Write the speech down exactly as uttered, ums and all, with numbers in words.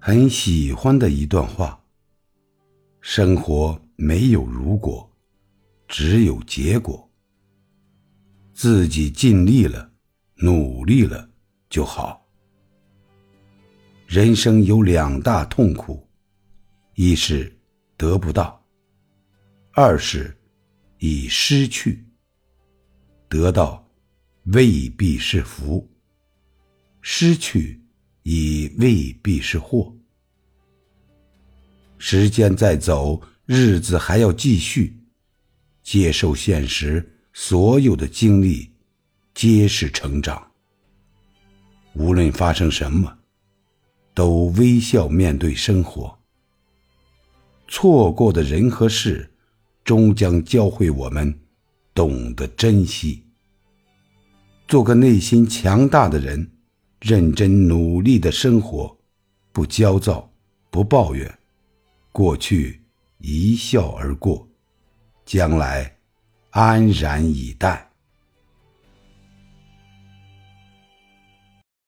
很喜欢的一段话：生活没有如果，只有结果。自己尽力了，努力了就好。人生有两大痛苦，一是得不到，二是已失去。得到未必是福，失去已未必是祸。时间在走，日子还要继续，接受现实，所有的经历皆是成长。无论发生什么，都微笑面对生活。错过的人和事，终将教会我们懂得珍惜。做个内心强大的人，认真努力的生活，不焦躁，不抱怨，过去一笑而过，将来安然以待。